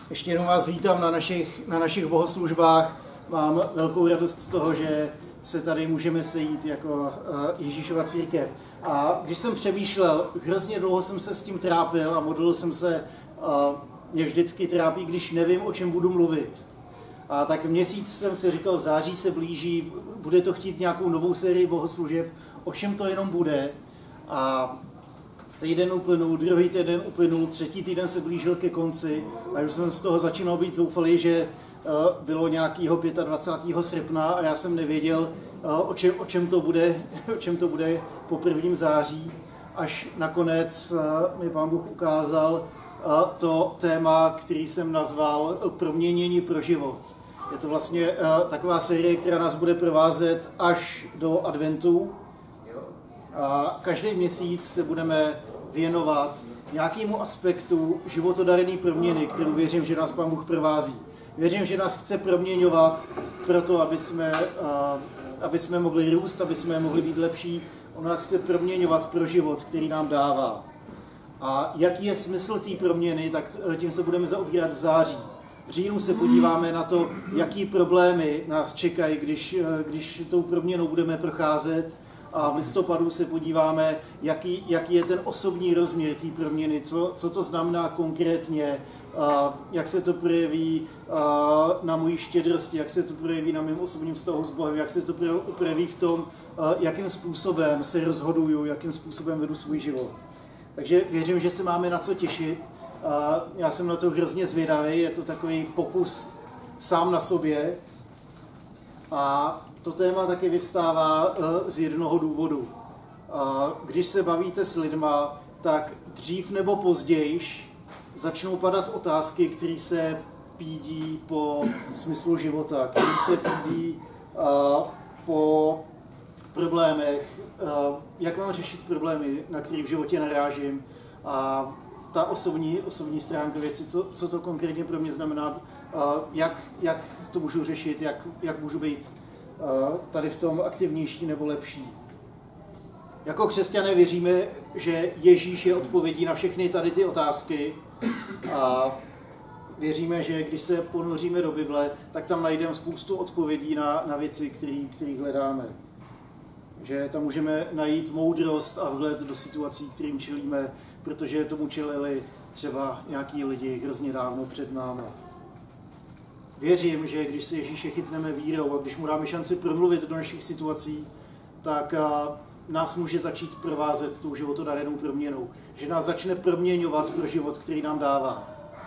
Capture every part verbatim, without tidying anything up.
Ještě jednou vás vítám na našich, na našich bohoslužbách. Mám velkou radost z toho, že se tady můžeme sejít jako uh, Ježíšova církev. A když jsem přemýšlel, hrozně dlouho jsem se s tím trápil a modlil jsem se, uh, mě vždycky trápí, když nevím, o čem budu mluvit. A tak měsíc jsem si říkal, září se blíží, bude to chtít nějakou novou sérii bohoslužeb, o čem to jenom bude. A týden uplynul, druhý týden uplynul, třetí týden se blížil ke konci a už jsem z toho začínal být zoufalý, že uh, bylo nějakého dvacátého pátého srpna a já jsem nevěděl, uh, o, čem, o, čem to bude, o čem to bude po prvním září, až nakonec uh, mi Pán Bůh ukázal uh, to téma, který jsem nazval Proměnění pro život. Je to vlastně uh, taková série, která nás bude provázet až do adventu. A každý měsíc se budeme věnovat nějakému aspektu životodarné proměny, kterou věřím, že nás Pán Bůh provází. Věřím, že nás chce proměňovat proto, aby jsme, aby jsme mohli růst, aby jsme mohli být lepší. On nás chce proměňovat pro život, který nám dává. A jaký je smysl té proměny, tak tím se budeme zaobírat v září. V říjnu se podíváme na to, jaký problémy nás čekají, když, když tou proměnou budeme procházet. A v listopadu se podíváme, jaký, jaký je ten osobní rozměr té proměny, co, co to znamená konkrétně, uh, jak se to projeví uh, na mojí štědrosti, jak se to projeví na mém osobním vztahu s Bohem, jak se to projeví v tom, uh, jakým způsobem se rozhoduju, jakým způsobem vedu svůj život. Takže věřím, že se máme na co těšit. Uh, já jsem na to hrozně zvědavý, je to takový pokus sám na sobě. A to téma taky vyvstává z jednoho důvodu. Když se bavíte s lidma, tak dřív nebo později začnou padat otázky, které se pídí po smyslu života, které se pídí po problémech, jak mám řešit problémy, na které v životě narážím. A ta osobní, osobní stránka věci, co, co to konkrétně pro mě znamená, jak, jak to můžu řešit, jak, jak můžu být tady v tom aktivnější nebo lepší. Jako křesťané věříme, že Ježíš je odpovědí na všechny tady ty otázky a věříme, že když se ponoříme do Bible, tak tam najdeme spoustu odpovědí na, na věci, které hledáme. Že tam můžeme najít moudrost a vhled do situací, kterým čelíme, protože tomu čelili třeba nějaký lidi hrozně dávno před námi. Věřím, že když se Ježíše chytneme vírou a když mu dáme šanci promluvit do našich situací, tak nás může začít provázet tou životodarenou proměnou. Že nás začne proměňovat pro život, který nám dává.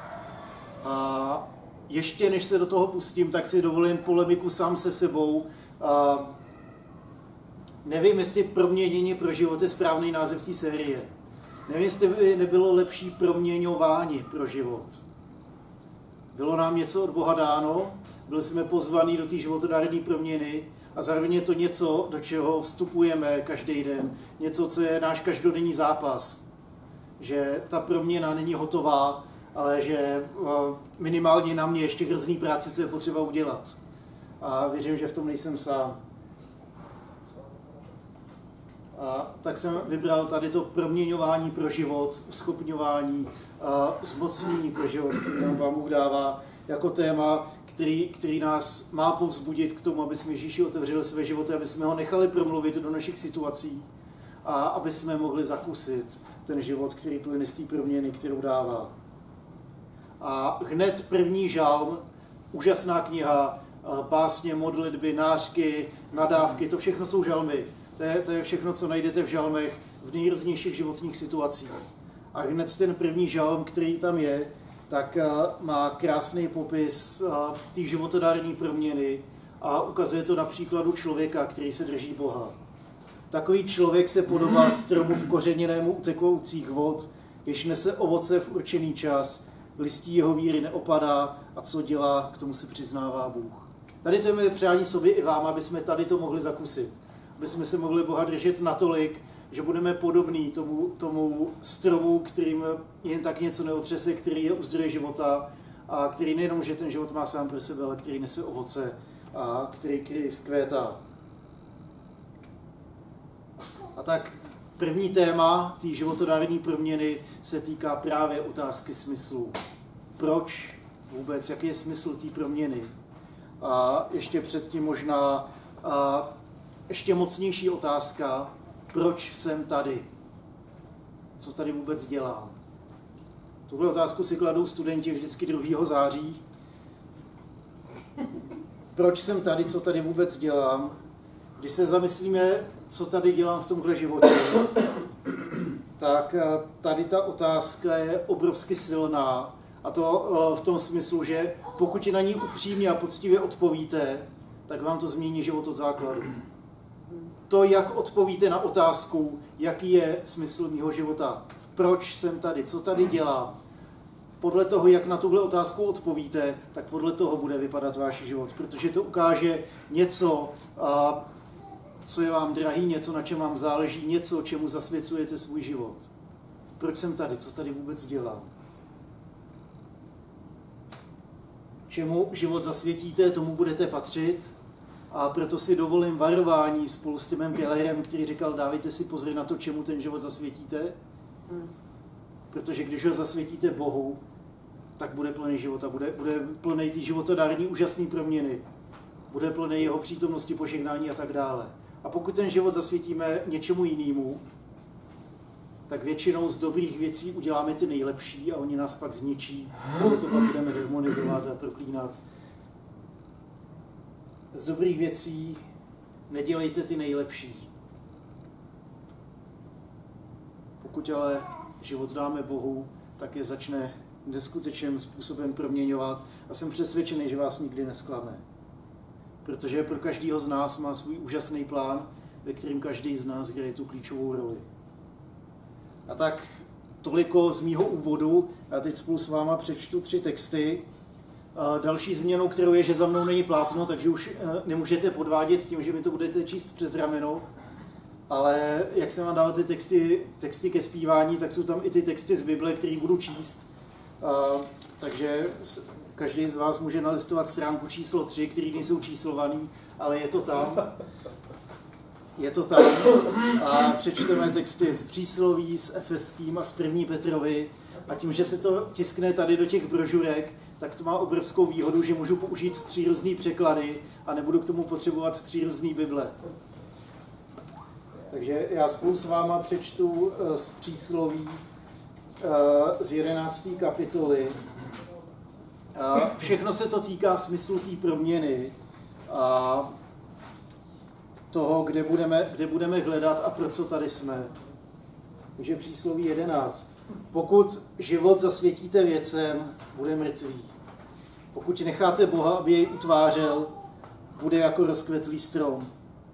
A ještě než se do toho pustím, tak si dovolím polemiku sám se sebou. A nevím, jestli proměnění pro život je správný název té série. Nevím, jestli by nebylo lepší proměňování pro život. Bylo nám něco od Boha dáno, byli jsme pozvaní do té životodárné proměny a zároveň je to něco, do čeho vstupujeme každý den. Něco, co je náš každodenní zápas. Že ta proměna není hotová, ale že minimálně na mě ještě hrozný práci, co je potřeba udělat. A věřím, že v tom nejsem sám. A tak jsem vybral tady to proměňování pro život, uschopňování, zmocnění pro život, který nám Pán Bůh dává jako téma, který, který nás má povzbudit k tomu, aby jsme Ježíši otevřeli své životy, aby jsme ho nechali promluvit do našich situací a aby jsme mohli zakusit ten život, který plyne z té proměny, kterou dává. A hned první žalm, úžasná kniha, básně, modlitby, nářky, nadávky, to všechno jsou žalmy. To je, to je všechno, co najdete v žalmech v nejrůznějších životních situacích. A hned ten první žalm, který tam je, tak má krásný popis té životodární proměny a ukazuje to na příkladu člověka, který se drží Boha. Takový člověk se podobá stromu vkořeněnému u tekoucích vod, jež nese ovoce v určený čas, listí jeho víry neopadá a co dělá, k tomu se přiznává Bůh. Tady to je přání sobě i vám, aby jsme tady to mohli zakusit. Aby jsme se mohli Boha držet natolik, že budeme podobní tomu, tomu stromu, kterým jen tak něco neotřese, který je u zdroje života a který nejenom, že ten život má sám pro sebe, ale který nese ovoce a který, který vzkvétá. A tak první téma té životodární proměny se týká právě otázky smyslu. Proč vůbec, jaký je smysl té proměny. A ještě předtím možná a ještě mocnější otázka, proč jsem tady? Co tady vůbec dělám? Tuhle otázku si kladou studenti vždycky druhého září. Proč jsem tady, co tady vůbec dělám? Když se zamyslíme, co tady dělám v tomhle životě, tak tady ta otázka je obrovsky silná. A to v tom smyslu, že pokud na ní upřímně a poctivě odpovíte, tak vám to změní život od základu. To, jak odpovíte na otázku, jaký je smysl mýho života, proč jsem tady, co tady dělám, podle toho, jak na tuhle otázku odpovíte, tak podle toho bude vypadat váš život, protože to ukáže něco, co je vám drahý, něco, na čem vám záleží, něco, čemu zasvěcujete svůj život. Proč jsem tady, co tady vůbec dělám? Čemu život zasvětíte, tomu budete patřit. A proto si dovolím varování spolu s Timem Kellerem, který říkal, dávejte si pozor na to, čemu ten život zasvětíte. Protože když ho zasvětíte Bohu, tak bude plný života, bude, bude plný ty životodární úžasné proměny. Bude plný jeho přítomnosti, požehnání a tak dále. A pokud ten život zasvětíme něčemu jinému, tak většinou z dobrých věcí uděláme ty nejlepší a oni nás pak zničí. Proto pak budeme demonizovat a proklínat. Z dobrých věcí nedělejte ty nejlepší. Pokud ale život dáme Bohu, tak je začne neskutečným způsobem proměňovat a jsem přesvědčený, že vás nikdy nesklame. Protože pro každého z nás má svůj úžasný plán, ve kterém každý z nás hraje tu klíčovou roli. A tak toliko z mýho úvodu. Já teď spolu s váma přečtu tři texty. Další změnou, kterou je, že za mnou není plátno, takže už nemůžete podvádět tím, že mi to budete číst přes rameno. Ale jak jsem vám dal ty texty, texty ke zpívání, tak jsou tam i ty texty z Bible, které budu číst. Takže každý z vás může nalistovat stránku číslo tři, který nejsou číslovaný, ale je to tam. Je to tam. A přečteme texty z Přísloví, s Efeským a z první Petrovi. A tím, že se to tiskne tady do těch brožurek, tak to má obrovskou výhodu, že můžu použít tři různý překlady a nebudu k tomu potřebovat tři různý Bible. Takže já spolu s váma přečtu z Přísloví z jedenácté kapitoly. Všechno se to týká smyslu té proměny a toho, kde budeme, kde budeme hledat a pro co tady jsme. Takže Přísloví jedenáct. Pokud život zasvětíte věcem, bude mrtvý. Pokud necháte Boha, aby jej utvářel, bude jako rozkvetlý strom.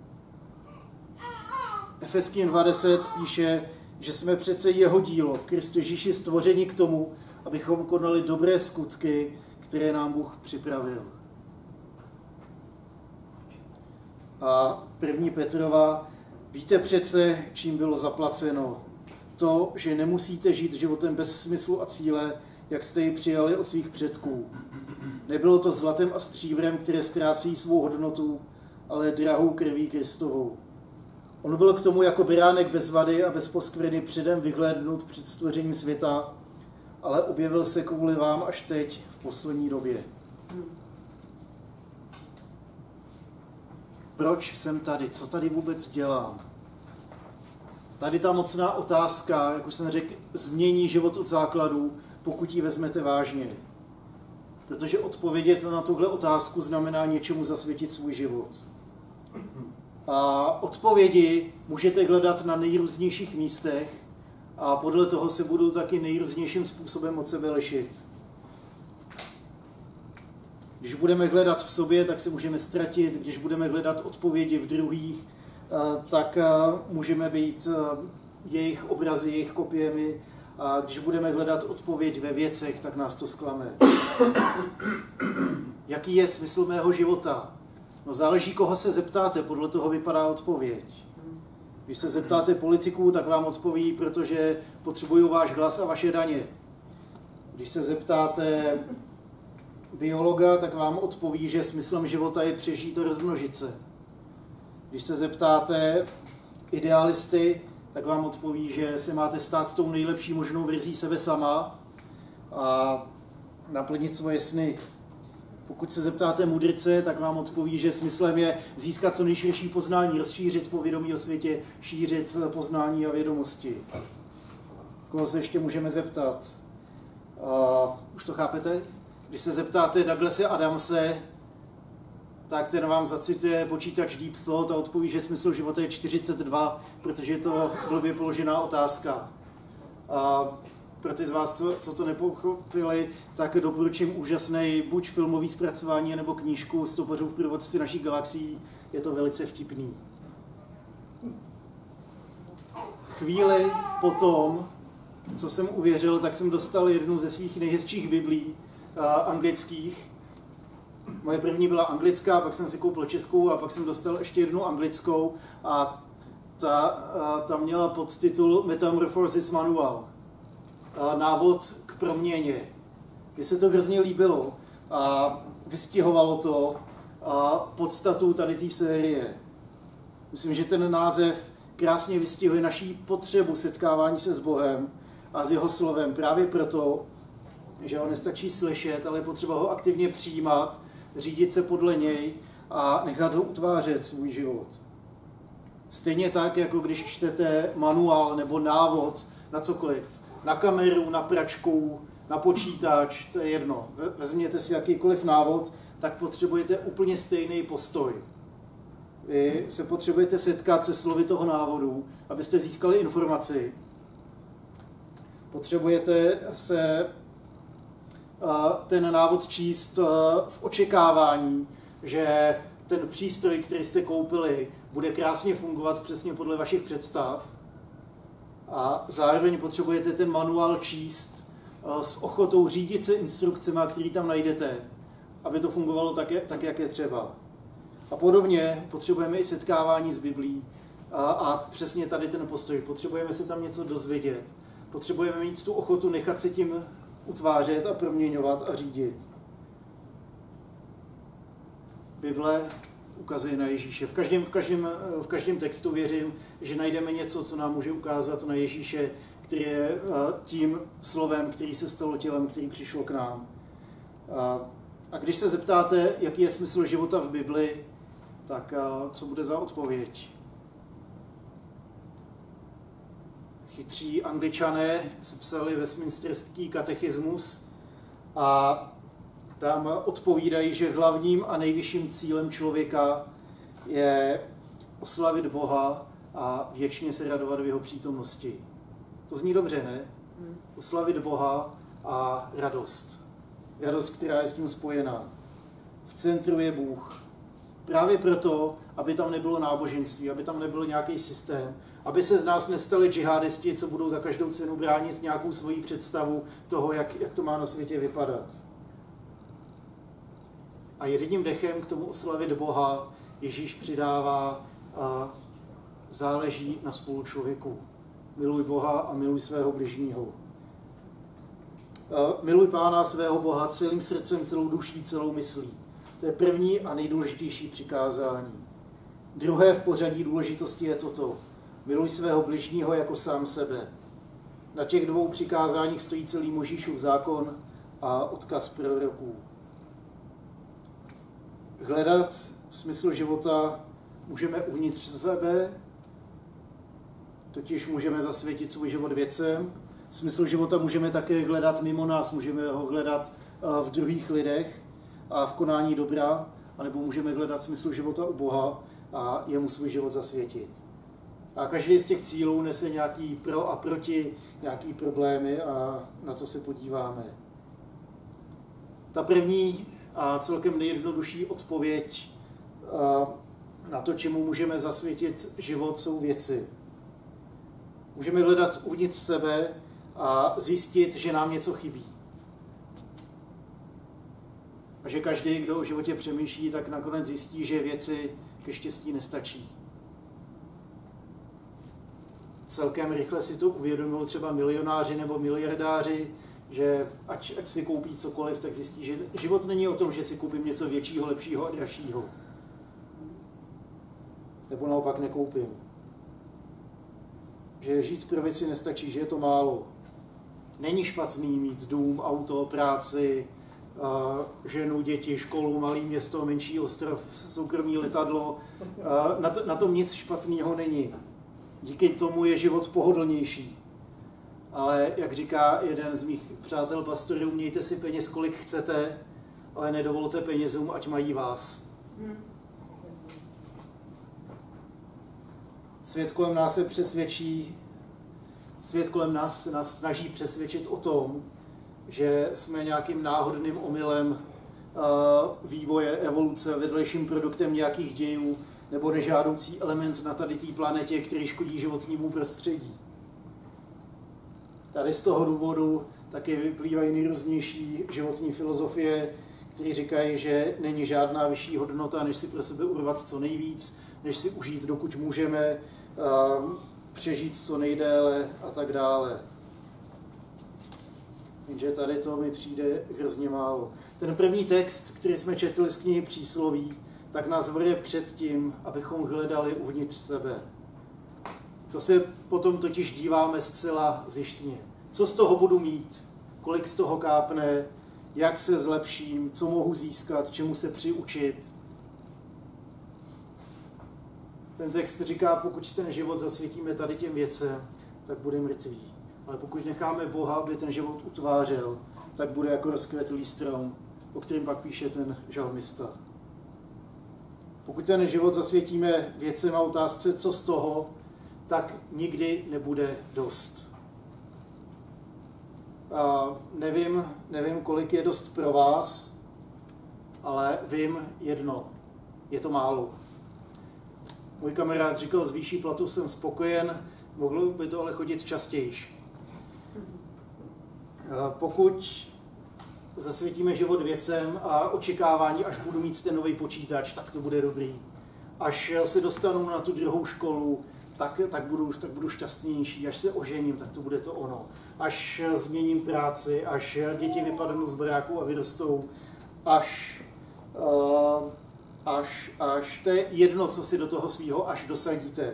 Efeským dva deset píše, že jsme přece jeho dílo v Kristu Ježíši stvořeni k tomu, abychom konali dobré skutky, které nám Bůh připravil. A první Petrova, víte přece, čím bylo zaplaceno. To, že nemusíte žít životem bez smyslu a cíle, jak jste ji přijali od svých předků. Nebylo to zlatem a stříbrem, které ztrácí svou hodnotu, ale drahou krví Kristovou. On byl k tomu jako beránek bez vady a bez poskvrny předem vyhlédnut před stvořením světa, ale objevil se kvůli vám až teď, v poslední době. Proč jsem tady? Co tady vůbec dělám? Tady ta mocná otázka, jak už jsem řekl, změní život od základu, pokud ji vezmete vážně. Protože odpovědět na tuhle otázku znamená něčemu zasvětit svůj život. A odpovědi můžete hledat na nejrůznějších místech a podle toho se budou taky nejrůznějším způsobem od sebe lišit. Když budeme hledat v sobě, tak se můžeme ztratit. Když budeme hledat odpovědi v druhých, tak můžeme být jejich obrazy, jejich kopiemi. A když budeme hledat odpověď ve věcech, tak nás to zklame. Jaký je smysl mého života? No záleží, koho se zeptáte, podle toho vypadá odpověď. Když se zeptáte politiků, tak vám odpoví, protože potřebují váš hlas a vaše daně. Když se zeptáte biologa, tak vám odpoví, že smyslem života je přežít a rozmnožit se. Když se zeptáte idealisty, tak vám odpoví, že se máte stát tou nejlepší možnou verzí sebe sama. A naplnit svoje sny. Pokud se zeptáte mudrce, tak vám odpoví, že smyslem je získat co nejširší poznání, rozšířit povědomí o světě, šířit poznání a vědomosti. Koho se ještě můžeme zeptat? Uh, už to chápete? Když se zeptáte Douglase Adamse, tak ten vám zacituje počítač Deep Thought a odpoví, že smysl života je čtyřicet dva, protože je to blbě položená otázka. Uh, Pro ty z vás, co, co to nepochopili, tak doporučím úžasný buď filmový zpracování, nebo knížku Stopařův průvodci naší galaxií. Je to velice vtipný. Chvíli potom, co jsem uvěřil, tak jsem dostal jednu ze svých nejhezčích biblí uh, anglických. Moje první byla anglická, pak jsem si koupil českou a pak jsem dostal ještě jednu anglickou a ta, uh, ta měla podtitul Metamorphosis Manual. Návod k proměně. Mně se to hrozně líbilo a vystihovalo to a podstatu tady té série. Myslím, že ten název krásně vystihuje naší potřebu setkávání se s Bohem a s jeho slovem právě proto, že ho nestačí slyšet, ale je potřeba ho aktivně přijímat, řídit se podle něj a nechat ho utvářet svůj život. Stejně tak, jako když čtete manuál nebo návod na cokoliv, na kameru, na pračku, na počítač, to je jedno. Vezměte si jakýkoliv návod, tak potřebujete úplně stejný postoj. Vy se potřebujete setkat se slovy toho návodu, abyste získali informaci. Potřebujete se ten návod číst v očekávání, že ten přístroj, který jste koupili, bude krásně fungovat přesně podle vašich představ. A zároveň potřebujete ten manuál číst s ochotou řídit se instrukcemi, které tam najdete, aby to fungovalo tak, tak, jak je třeba. A podobně potřebujeme i setkávání s Biblí a, a přesně tady ten postoj. Potřebujeme se tam něco dozvědět. Potřebujeme mít tu ochotu nechat se tím utvářet a proměňovat a řídit. Bible ukazuje na Ježíše. V každém, v, každém, v každém textu věřím, že najdeme něco, co nám může ukázat na Ježíše, který je tím slovem, který se stalo tělem, který přišlo k nám. A když se zeptáte, jaký je smysl života v Bibli, tak co bude za odpověď? Chytří Angličané sepsali Westminsterský katechismus a tam odpovídají, že hlavním a nejvyšším cílem člověka je oslavit Boha a věčně se radovat v jeho přítomnosti. To zní dobře, ne? Oslavit Boha a radost. Radost, která je s tím spojená. V centru je Bůh. Právě proto, aby tam nebylo náboženství, aby tam nebyl nějaký systém, aby se z nás nestali džihadisti, co budou za každou cenu bránit nějakou svoji představu toho, jak, jak to má na světě vypadat. A jedním dechem k tomu oslavit Boha Ježíš přidává a záleží na spolučlověku. Miluj Boha a miluj svého bližního. Miluj Pána svého Boha celým srdcem, celou duší, celou myslí. To je první a nejdůležitější přikázání. Druhé v pořadí důležitosti je toto. Miluj svého bližního jako sám sebe. Na těch dvou přikázáních stojí celý Mojžíšův zákon a odkaz proroků. Hledat smysl života můžeme uvnitř sebe, totiž můžeme zasvětit svůj život věcem. Smysl života můžeme také hledat mimo nás, můžeme ho hledat v druhých lidech a v konání dobra, anebo můžeme hledat smysl života u Boha a jemu svůj život zasvětit. A každý z těch cílů nese nějaký pro a proti, nějaký problémy a na to se podíváme. Ta první a celkem nejjednodušší odpověď na to, čemu můžeme zasvětit život, jsou věci. Můžeme hledat uvnitř sebe a zjistit, že nám něco chybí. A že každý, kdo o životě přemýšlí, tak nakonec zjistí, že věci ke štěstí nestačí. Celkem rychle si to uvědomují třeba milionáři nebo miliardáři, že ať, ať si koupí cokoliv, tak zjistí, že život není o tom, že si koupím něco většího, lepšího a dražšího. Nebo naopak nekoupím. Že žít pro věci nestačí, že je to málo. Není špatný mít dům, auto, práci, ženu, děti, školu, malý město, menší ostrov, soukromý letadlo. Na, to, na tom nic špatného není. Díky tomu je život pohodlnější. Ale jak říká jeden z mých přátel pastorů, mějte si peněz, kolik chcete, ale nedovolte penězům, ať mají vás. Svět kolem nás se přesvědčí, svět kolem nás se nás snaží přesvědčit o tom, že jsme nějakým náhodným omylem uh, vývoje, evoluce, vedlejším produktem nějakých dějů nebo nežádoucí element na tady té planetě, který škodí životnímu prostředí. Tady z toho důvodu taky vyplývají nejrůznější životní filozofie, které říkají, že není žádná vyšší hodnota, než si pro sebe urvat co nejvíc, než si užít, dokud můžeme, uh, přežít co nejdéle a tak dále. Jenže tady to mi přijde hrozně málo. Ten první text, který jsme četli z knihy Přísloví, tak nás vrje před tím, abychom hledali uvnitř sebe. To se potom totiž díváme zcela zjištně. Co z toho budu mít? Kolik z toho kápne? Jak se zlepším? Co mohu získat? Čemu se přiučit? Ten text říká, pokud ten život zasvětíme tady těm věcem, tak bude mrtvý. Ale pokud necháme Boha, aby ten život utvářel, tak bude jako rozkvetlý strom, o kterém pak píše ten žalmista. Pokud ten život zasvětíme věcem a otázce, co z toho, tak nikdy nebude dost. A nevím, nevím, kolik je dost pro vás, ale vím jedno, je to málo. Můj kamarád říkal, z výší platu jsem spokojen, mohlo by to ale chodit častěji. Pokud zasvětíme život věcem a očekávání, až budu mít ten nový počítač, tak to bude dobrý. Až se dostanu na tu druhou školu, tak, tak, budu, tak budu šťastnější. Až se ožením, tak to bude to ono. Až změním práci, až děti vypadnou z baráku a vyrostou, až, uh, až, až to je jedno, co si do toho svýho až dosadíte.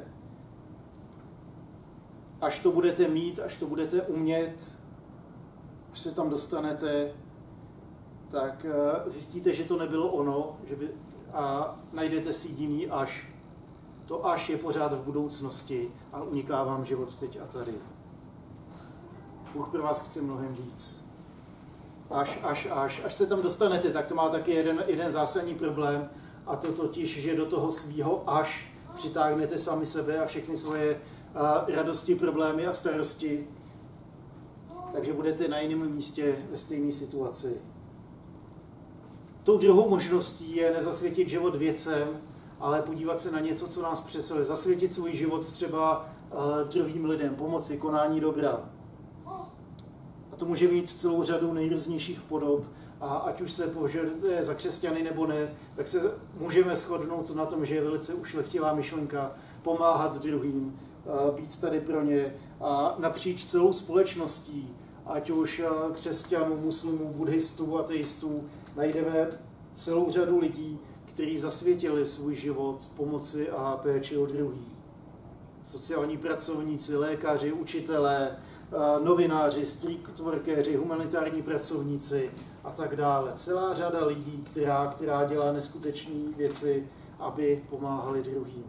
Až to budete mít, až to budete umět, až se tam dostanete, tak zjistíte, že to nebylo ono, že by, a najdete si jiný až. To až je pořád v budoucnosti a uniká vám život teď a tady. Bůh pro vás chce mnohem víc. Až, až, až. Až se tam dostanete, tak to má taky jeden, jeden zásadní problém, a to totiž, že do toho svýho až přitáhnete sami sebe a všechny svoje uh, radosti, problémy a starosti. Takže budete na jiném místě ve stejné situaci. Tou druhou možností je nezasvětit život věcem, ale podívat se na něco, co nás přesahuje. Zasvětit svůj život třeba uh, druhým lidem, pomoci, konání dobra. A to může mít celou řadu nejrůznějších podob. A ať už se považuje za křesťany nebo ne, tak se můžeme shodnout na tom, že je velice ušlechtilá myšlenka pomáhat druhým, uh, být tady pro ně a napříč celou společností, ať už křesťanů, muslimů, buddhistů, ateistů, najdeme celou řadu lidí, kteří zasvětili svůj život pomoci a péči o druhý. Sociální pracovníci, lékaři, učitelé, novináři, streetworkéři, humanitární pracovníci a tak dále. Celá řada lidí, která, která dělá neskutečné věci, aby pomáhali druhým.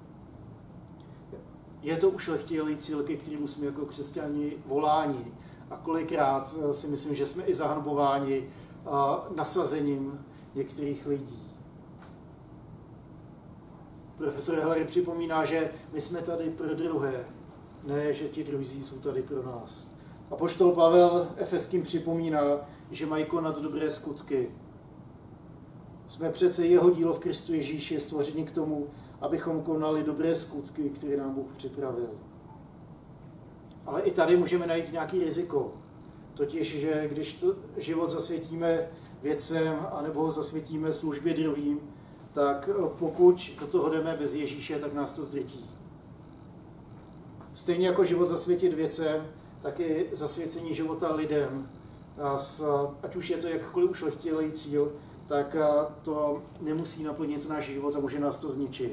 Je to ušlechtilý cíl, ke kterému jsme jako křesťani voláni. A kolikrát si myslím, že jsme i zahanbováni nasazením některých lidí. Profesor Heller připomíná, že my jsme tady pro druhé, ne, že ti druzí jsou tady pro nás. Apoštol Pavel Efeským připomíná, že mají konat dobré skutky. Jsme přece jeho dílo v Kristu Ježíši, stvořeni k tomu, abychom konali dobré skutky, které nám Bůh připravil. Ale i tady můžeme najít nějaký riziko. Totiž, že když to život zasvětíme věcem, anebo ho zasvětíme službě druhým, tak pokud do toho jdeme bez Ježíše, tak nás to zdrtí. Stejně jako život zasvětit věcem, tak i zasvěcení života lidem. Nás, ať už je to jakkoliv ušlechtilý cíl, tak to nemusí naplnit náš život a může nás to zničit.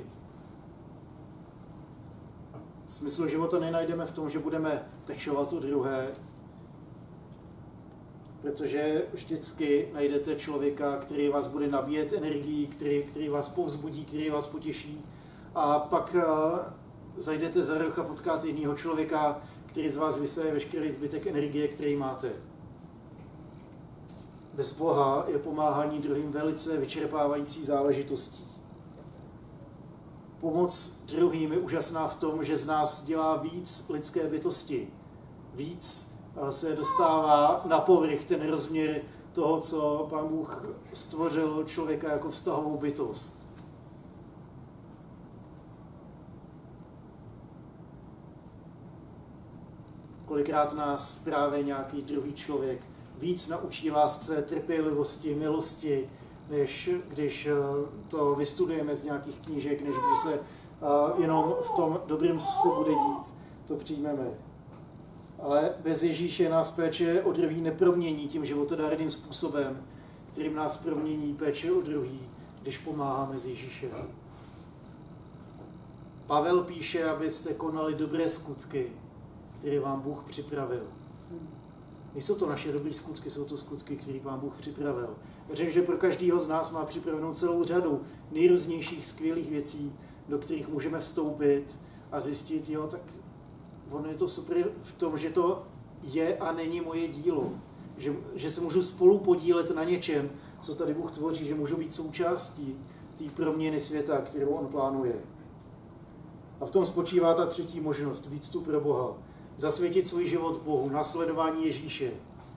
Smysl života nenajdeme v tom, že budeme pečovat o druhé, Protože vždycky najdete člověka, který vás bude nabíjet energií, který, který vás povzbudí, který vás potěší. A pak uh, zajdete za roh a potkáte jiného člověka, který z vás vyseje veškerý zbytek energie, který máte. Bez Boha je pomáhání druhým velice vyčerpávající záležitostí. Pomoc druhým je úžasná v tom, že z nás dělá víc lidské bytosti. Víc se dostává na povrch ten rozměr toho, co Pán Bůh stvořil člověka jako vztahovou bytost. Kolikrát nás právě nějaký druhý člověk víc naučí lásce, trpělivosti, milosti, než když to vystudujeme z nějakých knížek, než když se jenom v tom dobrém se bude dít, to přijmeme. Ale bez Ježíše nás péče o druhý nepromění tím životodárným způsobem, kterým nás promění péče o druhý, když pomáháme s Ježíšem. Pavel píše, abyste konali dobré skutky, které vám Bůh připravil. Nejsou to naše dobré skutky, jsou to skutky, které vám Bůh připravil. Věřím, že pro každého z nás má připravenou celou řadu nejrůznějších skvělých věcí, do kterých můžeme vstoupit a zjistit, jo, tak ono je to super v tom, že to je a není moje dílo. Že, že se můžu spolu podílet na něčem, co tady Bůh tvoří, že můžu být součástí té proměny světa, kterou on plánuje. A v tom spočívá ta třetí možnost, být tu pro Boha. Zasvětit svůj život Bohu, následování Ježíše.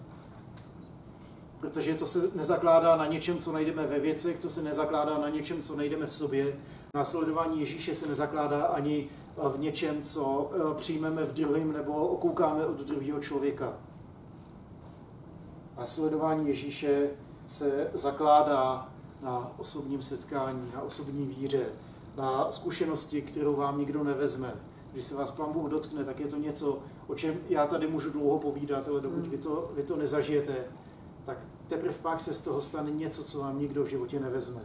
Protože to se nezakládá na něčem, co najdeme ve věcech, to se nezakládá na něčem, co najdeme v sobě. Následování Ježíše se nezakládá ani v něčem, co přijmeme v druhém nebo okoukáme od druhého člověka. Následování Ježíše se zakládá na osobním setkání, na osobní víře, na zkušenosti, kterou vám nikdo nevezme. Když se vás Pán Bůh dotkne, tak je to něco, o čem já tady můžu dlouho povídat, ale dokud vy to, vy to nezažijete, tak teprve pak se z toho stane něco, co vám nikdo v životě nevezme.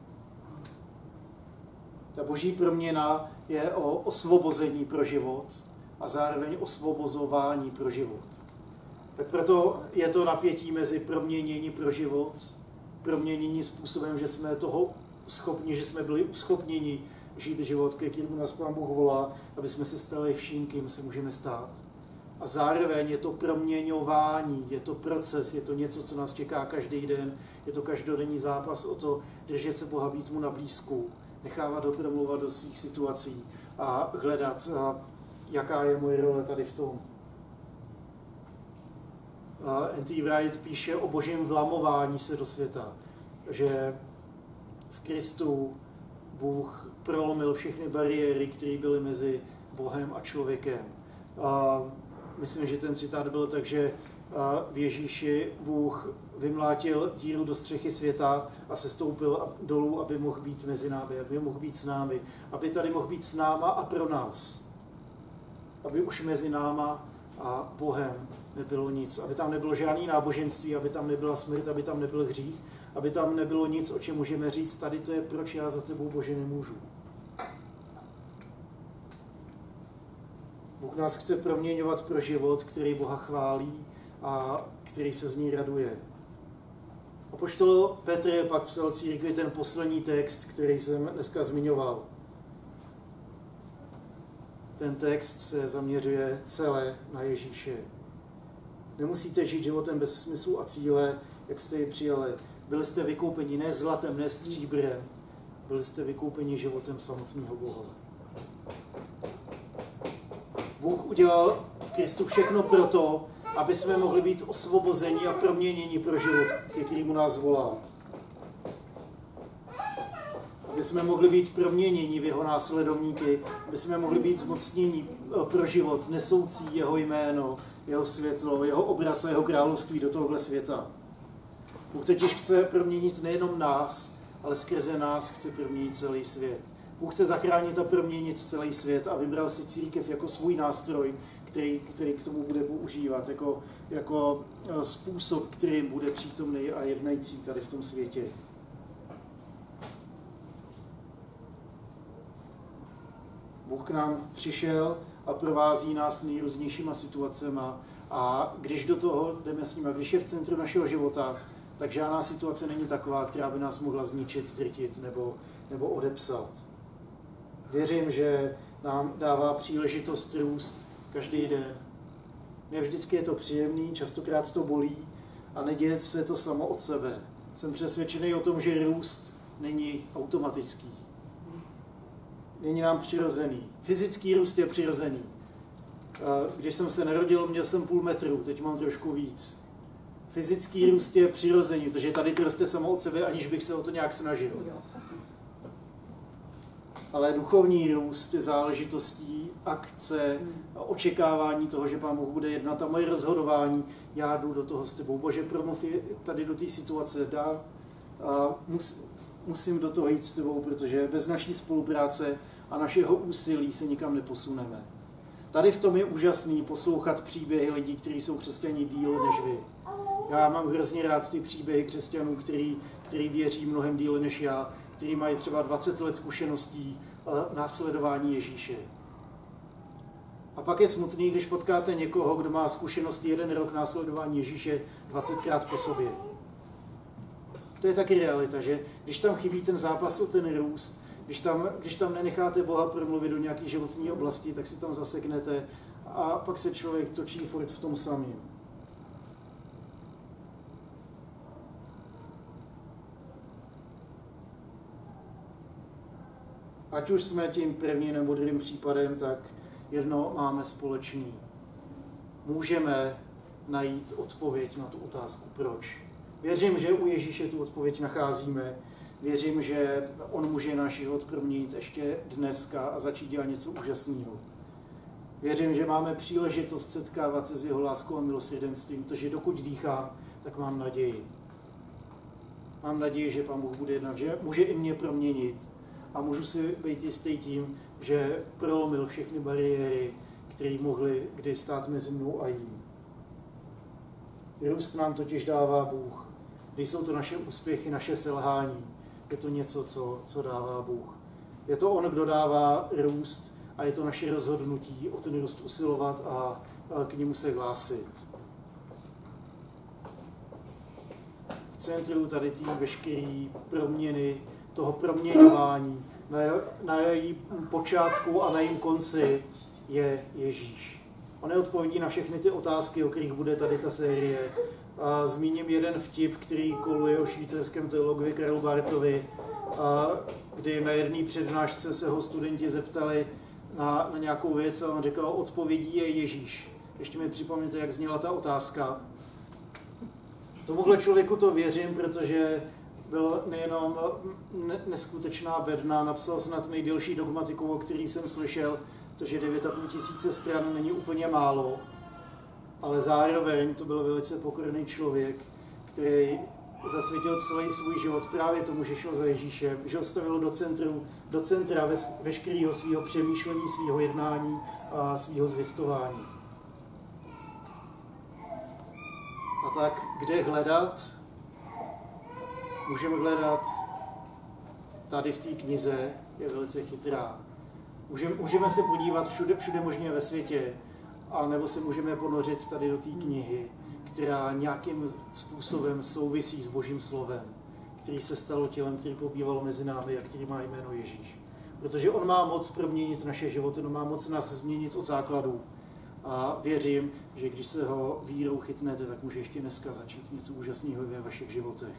Ta boží proměna je o osvobození pro život a zároveň osvobozování pro život. Tak proto je to napětí mezi proměnění pro život, proměnění způsobem, že jsme toho schopni, že jsme byli uschopněni žít život, ke kterému nás Pán Bůh volá, aby jsme se stali vším, kým se můžeme stát. A zároveň je to proměňování, je to proces, je to něco, co nás čeká každý den, je to každodenní zápas o to držet se Boha, být mu na blízku, nechávat ho promluvat do svých situací a hledat, jaká je moje role tady v tom. N T Wright píše o božím vlamování se do světa, že v Kristu Bůh prolomil všechny bariéry, které byly mezi Bohem a člověkem. A myslím, že ten citát byl tak, že v Ježíši Bůh vymlátil díru do střechy světa a sestoupil dolů, aby mohl být mezi námi, aby mohl být s námi, aby tady mohl být s náma a pro nás. Aby už mezi náma a Bohem nebylo nic, aby tam nebylo žádný náboženství, aby tam nebyla smrt, aby tam nebyl hřích, aby tam nebylo nic, o čem můžeme říct, tady to je, proč já za tebou, Bože, nemůžu. Bůh nás chce proměňovat pro život, který Boha chválí a který se z ní raduje. Apoštol Petr pak psal církvi ten poslední text, který jsem dneska zmiňoval. Ten text se zaměřuje celé na Ježíše. Nemusíte žít životem bez smyslu a cíle, jak jste ji přijali. Byli jste vykoupeni ne zlatem, ne stříbrem. Byli jste vykoupeni životem samotného Boha. Bůh udělal v Kristu všechno proto, aby jsme mohli být osvobozeni a proměněni pro život, ke kterému nás volá. Aby jsme mohli být proměněni v jeho následovníky, aby jsme mohli být zmocněni pro život, nesoucí jeho jméno, jeho světlo, jeho obraz a jeho království do tohohle světa. Bůh totiž chce proměnit nejenom nás, ale skrze nás chce proměnit celý svět. Bůh chce zachránit a proměnit celý svět a vybral si církev jako svůj nástroj, který, který k tomu bude používat, jako, jako způsob, kterým bude přítomný a jednající tady v tom světě. Bůh k nám přišel a provází nás nejrůznějšíma situacemi. A když do toho jdeme s ním, a když je v centru našeho života, tak žádná situace není taková, která by nás mohla zničit, ztrtit nebo, nebo odepsat. Věřím, že nám dává příležitost růst každý den. Ne vždycky je to příjemný, častokrát to bolí a neděje se to samo od sebe. Jsem přesvědčený o tom, že růst není automatický. Není nám přirozený. Fyzický růst je přirozený. Když jsem se narodil, měl jsem půl metru, teď mám trošku víc. Fyzický růst je přirozený, protože tady to roste samo od sebe, aniž bych se o to nějak snažil. Ale duchovní růst je záležitostí, akce, očekávání toho, že Pán Bůh bude jednat a moje rozhodování, já jdu do toho s tebou. Bože, promluv tady do té situace, dá, a mus, musím do toho jít s tebou, protože bez naší spolupráce a našeho úsilí se nikam neposuneme. Tady v tom je úžasný poslouchat příběhy lidí, kteří jsou křesťaní díl než vy. Já mám hrozně rád ty příběhy křesťanů, který, který věří mnohem díl než já, kteří mají třeba dvacet let zkušeností následování Ježíše. A pak je smutný, když potkáte někoho, kdo má zkušenosti jeden rok následování Ježíše dvacetkrát po sobě. To je taky realita, že když tam chybí ten zápas o ten růst, když tam, když tam nenecháte Boha promluvit do nějaké životní oblasti, tak si tam zaseknete a pak se člověk točí furt v tom samém. Ať už jsme tím prvním nebo druhým případem, tak jedno máme společný. Můžeme najít odpověď na tu otázku proč. Věřím, že u Ježíše tu odpověď nacházíme. Věřím, že on může náš život proměnit ještě dneska a začít dělat něco úžasného. Věřím, že máme příležitost setkávat se s jeho láskou a milosrdenstvím, protože dokud dýchám, tak mám naději. Mám naději, že Pán Bůh bude jednat, že může i mě proměnit a můžu si být jistý tím, že prolomil všechny bariéry, které mohly kdy stát mezi mnou a jím. Růst nám totiž dává Bůh. Nejsou to naše úspěchy, naše selhání. Je to něco, co, co dává Bůh. Je to on, kdo dává růst a je to naše rozhodnutí o ten růst usilovat a, a k němu se hlásit. V centru tady tým veškerý proměny, toho proměňování, na, na její počátku a na jejím konci je Ježíš. On neodpovědí na všechny ty otázky, o kterých bude tady ta série. A zmíním jeden vtip, který koluje o švýcarském teologovi Karlu Barthovi, a kdy na jedné přednášce se ho studenti zeptali na, na nějakou věc a on říkal, odpovědí je Ježíš. Ještě mi připomeňte, jak zněla ta otázka. Tomuhle člověku to věřím, protože byl nejenom neskutečná bedna, napsal snad nejdelší dogmatiku, o který jsem slyšel, protože devět a půl tisíce stran není úplně málo, ale zároveň to byl velice pokorný člověk, který zasvětil celý svůj život právě tomu, že šel za Ježíšem, že ho stavil do, centru, do centra ve, veškerého svého přemýšlení, svého jednání a svého zvěstování. A tak, kde hledat? Můžeme hledat tady v té knize, je velice chytrá. Můžeme, můžeme se podívat všude, všude možně ve světě, a nebo se můžeme ponořit tady do té knihy, která nějakým způsobem souvisí s Božím slovem, který se stalo tělem, který pobýval mezi námi a který má jméno Ježíš. Protože on má moc proměnit naše životy, on má moc nás změnit od základů. A věřím, že když se ho vírou chytnete, tak může ještě dneska začít něco úžasného ve vašich životech.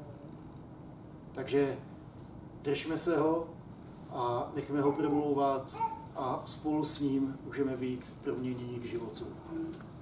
Takže držme se ho a nechme ho promlouvat a spolu s ním můžeme být proměněni k životu.